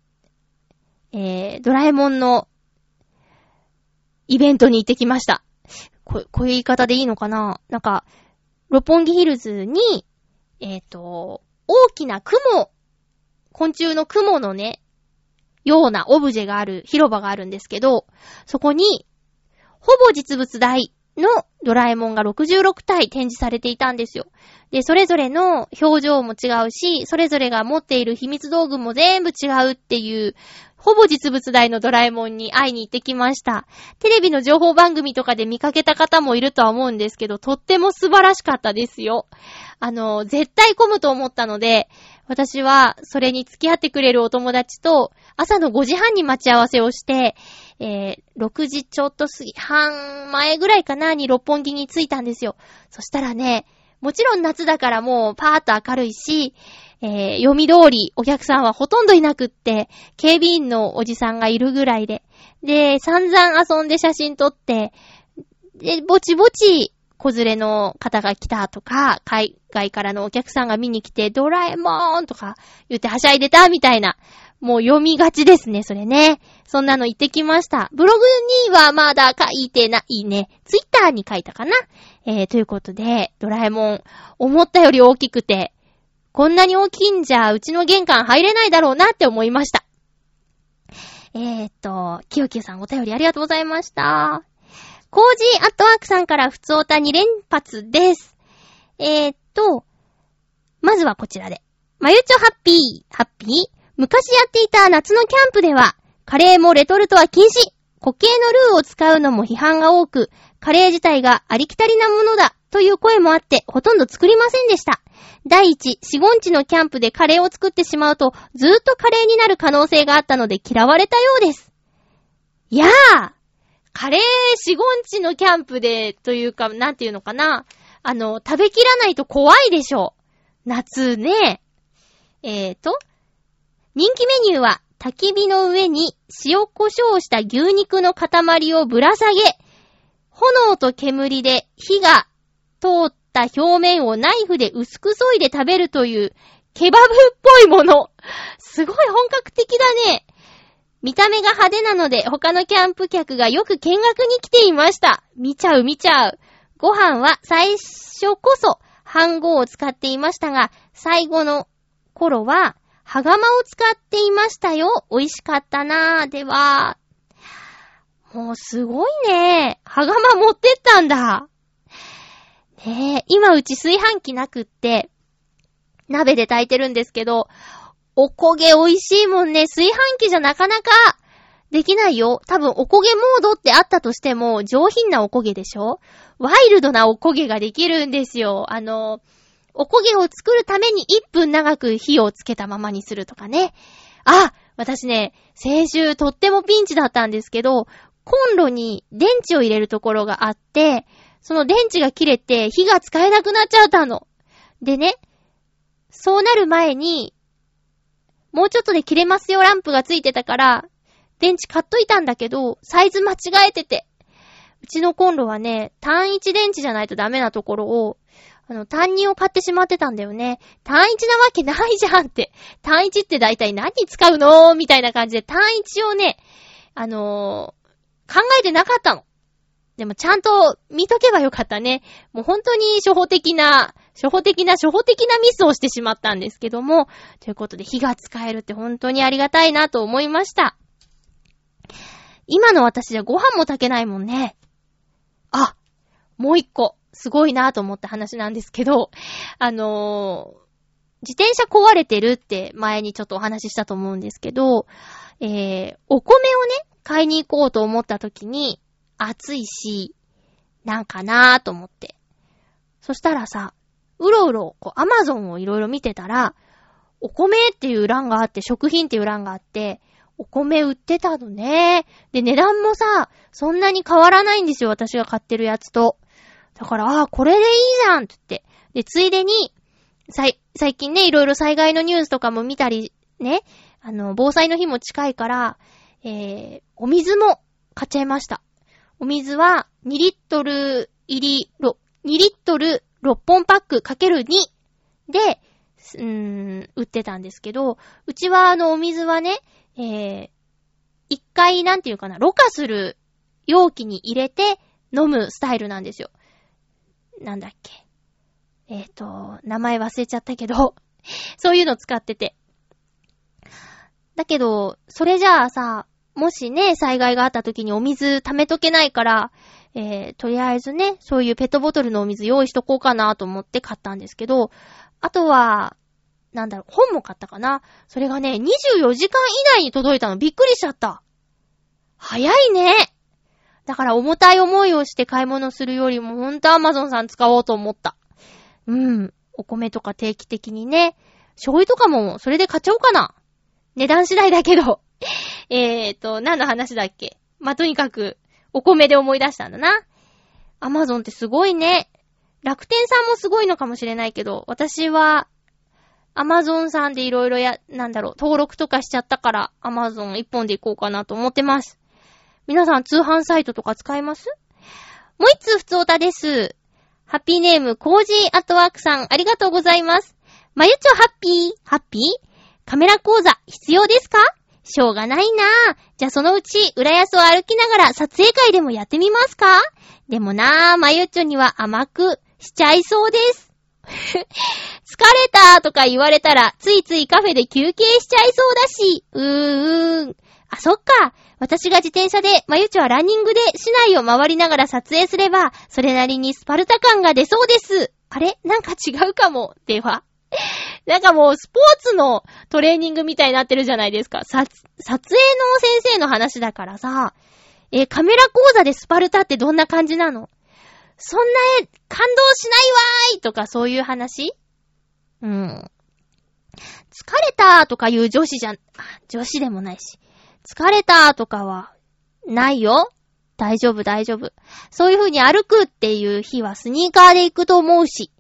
ドラえもんのイベントに行ってきました。こういう言い方でいいのかな？なんか、六本木ヒルズに、大きな昆虫の雲のね、ようなオブジェがある広場があるんですけど、そこに、ほぼ実物大のドラえもんが66体展示されていたんですよ。で、それぞれの表情も違うし、それぞれが持っている秘密道具も全部違うっていう、ほぼ実物大のドラえもんに会いに行ってきました。テレビの情報番組とかで見かけた方もいるとは思うんですけど、とっても素晴らしかったですよ。絶対混むと思ったので、私はそれに付き合ってくれるお友達と朝の5時半に待ち合わせをして、6時ちょっと半前ぐらいかなに六本木に着いたんですよ。そしたらね、もちろん夏だからもうパーッと明るいし、読み通りお客さんはほとんどいなくって、警備員のおじさんがいるぐらいで、で、散々遊んで写真撮って、で、ぼちぼち子連れの方が来たとか、海外からのお客さんが見に来て、ドラえもーんとか言ってはしゃいでたみたいな、もう読みがちですね、それね。そんなの言ってきました。ブログにはまだ書いてないね。ツイッターに書いたかな。ということで、ドラえもん、思ったより大きくて、こんなに大きいんじゃ、うちの玄関入れないだろうなって思いました。きよきよさんお便りありがとうございました。コージーアットワークさんからふつおた2連発です。まずはこちらで。まゆちょハッピー。昔やっていた夏のキャンプでは、カレーもレトルトは禁止。固形のルーを使うのも批判が多く、カレー自体がありきたりなものだという声もあって、ほとんど作りませんでした。第一、4、5日のキャンプでカレーを作ってしまうと、ずーっとカレーになる可能性があったので嫌われたようです。いやー、カレー4、5日のキャンプで、というか、なんていうのかな。食べきらないと怖いでしょ。夏ね。人気メニューは、焚き火の上に塩コショウした牛肉の塊をぶら下げ、炎と煙で火が通った表面をナイフで薄く削いで食べるというケバブっぽいもの。すごい本格的だね。見た目が派手なので他のキャンプ客がよく見学に来ていました。見ちゃう。ご飯は最初こそ飯盒を使っていましたが、最後の頃は羽釜を使っていましたよ。美味しかったなぁ。では、もうすごいね。羽釜持ってったんだ。ねえ、今うち炊飯器なくって、鍋で炊いてるんですけど、おこげ美味しいもんね。炊飯器じゃなかなかできないよ。多分おこげモードってあったとしても、上品なおこげでしょ？ワイルドなおこげができるんですよ。おこげを作るために1分長く火をつけたままにするとかね。あ、私ね、先週とってもピンチだったんですけど、コンロに電池を入れるところがあって、その電池が切れて火が使えなくなっちゃったの。でね、そうなる前に、もうちょっとで切れますよランプがついてたから、電池買っといたんだけど、サイズ間違えてて。うちのコンロはね、単一電池じゃないとダメなところを、単2を買ってしまってたんだよね。単一なわけないじゃんって。単一って大体何に使うのみたいな感じで単一をね、考えてなかったの。でもちゃんと見とけばよかったね。もう本当に初歩的なミスをしてしまったんですけども。ということで火が使えるって本当にありがたいなと思いました。今の私じゃご飯も炊けないもんね。あ、もう一個。すごいなと思った話なんですけど、自転車壊れてるって前にちょっとお話ししたと思うんですけど、お米をね、買いに行こうと思った時に、暑いし、なんかなと思って。そしたらさ、うろうろ、アマゾンをいろいろ見てたら、お米っていう欄があって、食品っていう欄があって、お米売ってたのね。で、値段もさ、そんなに変わらないんですよ、私が買ってるやつと。だから、これでいいじゃんって言って。で、ついでに、最近ね、いろいろ災害のニュースとかも見たり、ね、防災の日も近いから、お水も買っちゃいました。お水は2リットル入り、2リットル6本パック ×2 で、 売ってたんですけど、うちはお水はね、一回なんていうかな、ろ過する容器に入れて飲むスタイルなんですよ。なんだっけ。名前忘れちゃったけど、そういうの使ってて。だけど、それじゃあさ、もしね、災害があった時にお水溜めとけないから、とりあえずね、そういうペットボトルのお水用意しとこうかなと思って買ったんですけど、あとは、本も買ったかな。それがね、24時間以内に届いたの。びっくりしちゃった。早いね。だから重たい思いをして買い物するよりも、ほんとアマゾンさん使おうと思った。お米とか定期的にね、醤油とかもそれで買っちゃおうかな。値段次第だけど。何の話だっけ。とにかく、お米で思い出したんだな。アマゾンってすごいね。楽天さんもすごいのかもしれないけど、私は、アマゾンさんでいろいろ登録とかしちゃったから、アマゾン一本で行こうかなと思ってます。皆さん通販サイトとか使います？もう一通ふつおたです。ハッピーネーム、コージーアットワークさん、ありがとうございます。まゆちょハッピーカメラ講座必要ですか？しょうがないなぁ。じゃあそのうち、浦安を歩きながら撮影会でもやってみますか？でもなぁ、まゆちょには甘くしちゃいそうです。疲れたとか言われたら、ついついカフェで休憩しちゃいそうだし。あ、そっか。私が自転車で、まゆちょはランニングで市内を回りながら撮影すれば、それなりにスパルタ感が出そうです。あれ？なんか違うかも。では。なんかもうスポーツのトレーニングみたいになってるじゃないですか。撮影の先生の話だからさ、カメラ講座でスパルタってどんな感じなの？そんな感動しないわーいとかそういう話？疲れたとかいう女子でもないし。疲れたとかはないよ。大丈夫。そういう風に歩くっていう日はスニーカーで行くと思うし。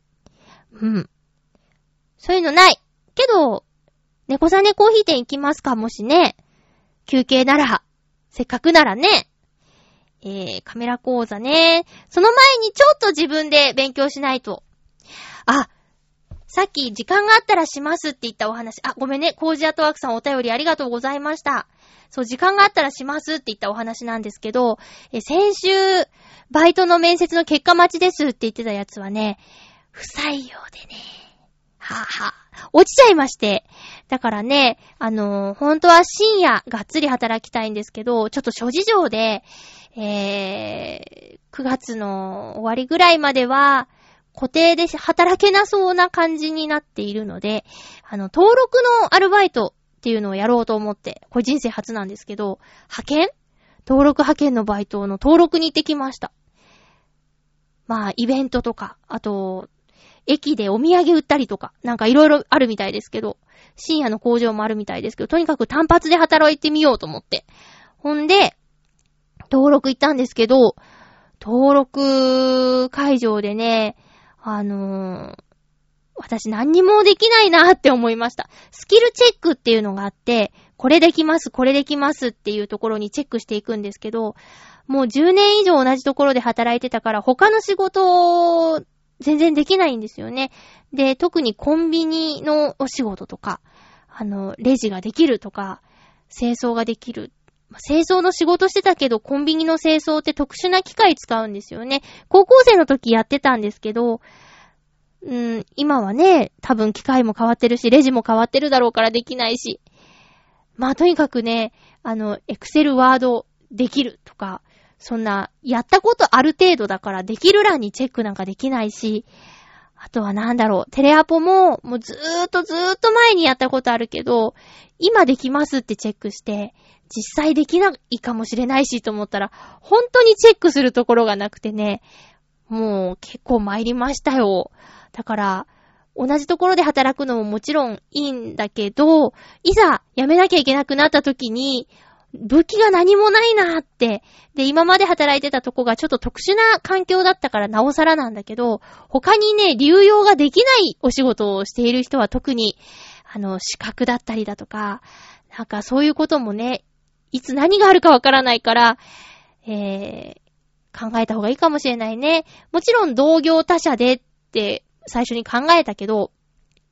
そういうのない。けど、猫さんねコーヒー店行きますか？もしね。休憩なら、せっかくならね。カメラ講座ね。その前にちょっと自分で勉強しないと。あ、さっき時間があったらしますって言ったお話。ごめんね。コージアットワークさんお便りありがとうございました。そう、時間があったらしますって言ったお話なんですけど、先週、バイトの面接の結果待ちですって言ってたやつはね、不採用でね。落ちちゃいまして。だからね、本当は深夜がっつり働きたいんですけど、ちょっと諸事情で、9月の終わりぐらいまでは、固定で働けなそうな感じになっているので、登録のアルバイトっていうのをやろうと思って、これ人生初なんですけど、登録派遣のバイトの登録に行ってきました。イベントとか、あと、駅でお土産売ったりとか、なんかいろいろあるみたいですけど、深夜の工場もあるみたいですけど、とにかく単発で働いてみようと思って。ほんで、登録行ったんですけど、登録会場でね、私何にもできないなって思いました。スキルチェックっていうのがあって、これできますっていうところにチェックしていくんですけど、もう10年以上同じところで働いてたから、他の仕事全然できないんですよね。で、特にコンビニのお仕事とか、レジができるとか、清掃ができる。清掃の仕事してたけど、コンビニの清掃って特殊な機械使うんですよね。高校生の時やってたんですけど、今はね、多分機械も変わってるし、レジも変わってるだろうからできないし。とにかくね、エクセルワードできるとか、そんな、やったことある程度だからできる欄にチェックなんかできないし、あとはテレアポもうずーっと前にやったことあるけど、今できますってチェックして、実際できないかもしれないしと思ったら、本当にチェックするところがなくてね、もう結構参りましたよ。だから、同じところで働くのももちろんいいんだけど、いざ辞めなきゃいけなくなった時に、武器が何もないなーって。で、今まで働いてたとこがちょっと特殊な環境だったからなおさらなんだけど、他にね、流用ができないお仕事をしている人は特に、資格だったりだとか、なんかそういうこともね、いつ何があるかわからないから、考えた方がいいかもしれないね。もちろん同業他社でって最初に考えたけど、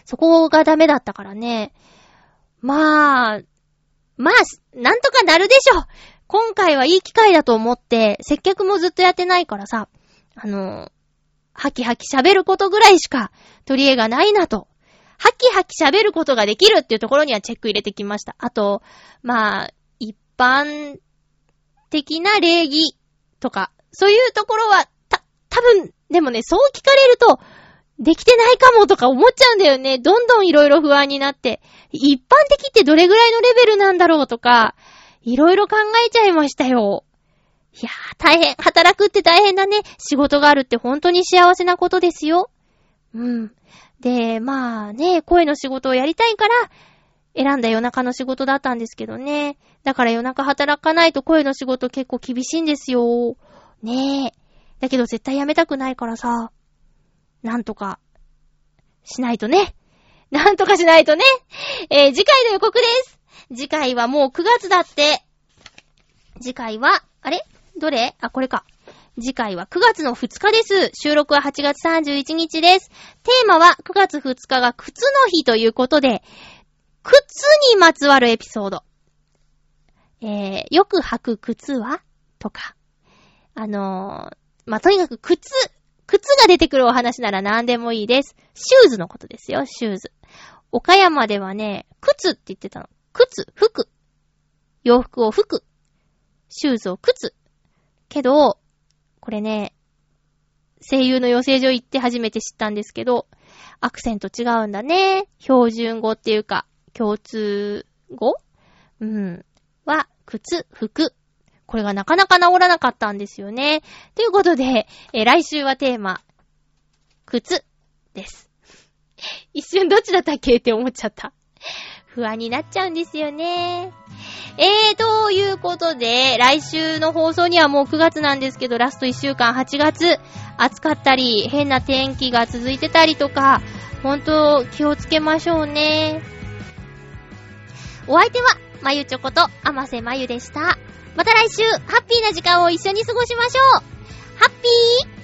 そこがダメだったからね。まあ、なんとかなるでしょ。今回はいい機会だと思って、接客もずっとやってないからさ、ハキハキ喋ることぐらいしか取り柄がないなと。ハキハキ喋ることができるっていうところにはチェック入れてきました。あと、まあ、一般的な礼儀とか、そういうところは、多分、でもね、そう聞かれると、できてないかもとか思っちゃうんだよね。どんどんいろいろ不安になって、一般的ってどれぐらいのレベルなんだろうとか、いろいろ考えちゃいましたよ。いやー、大変。働くって大変だね。仕事があるって本当に幸せなことですよ。うん。で、まあね、声の仕事をやりたいから、選んだ夜中の仕事だったんですけどね。だから夜中働かないと声の仕事結構厳しいんですよ。ねえ。だけど絶対やめたくないからさ。なんとかしないとね。なんとかしないとね。次回の予告です。次回はもう9月だって。次回は、あれ？どれ？あ、これか。次回は9月の2日です。収録は8月31日です。テーマは9月2日が靴の日ということで、靴にまつわるエピソード。よく履く靴は？とか。まあ、とにかく靴が出てくるお話なら何でもいいです。シューズのことですよ、シューズ。岡山ではね、靴って言ってたの。服。洋服を服。シューズを靴。けど、これね、声優の養成所行って初めて知ったんですけど、アクセント違うんだね。標準語っていうか、共通語？は、靴、服。これがなかなか治らなかったんですよね。ということで、来週はテーマ、靴です。一瞬どっちだったっけって思っちゃった。不安になっちゃうんですよね。ということで、来週の放送にはもう9月なんですけど、ラスト1週間8月、暑かったり、変な天気が続いてたりとか、ほんと気をつけましょうね。お相手は、まゆちょこと、あませまゆでした。また来週、ハッピーな時間を一緒に過ごしましょう。ハッピー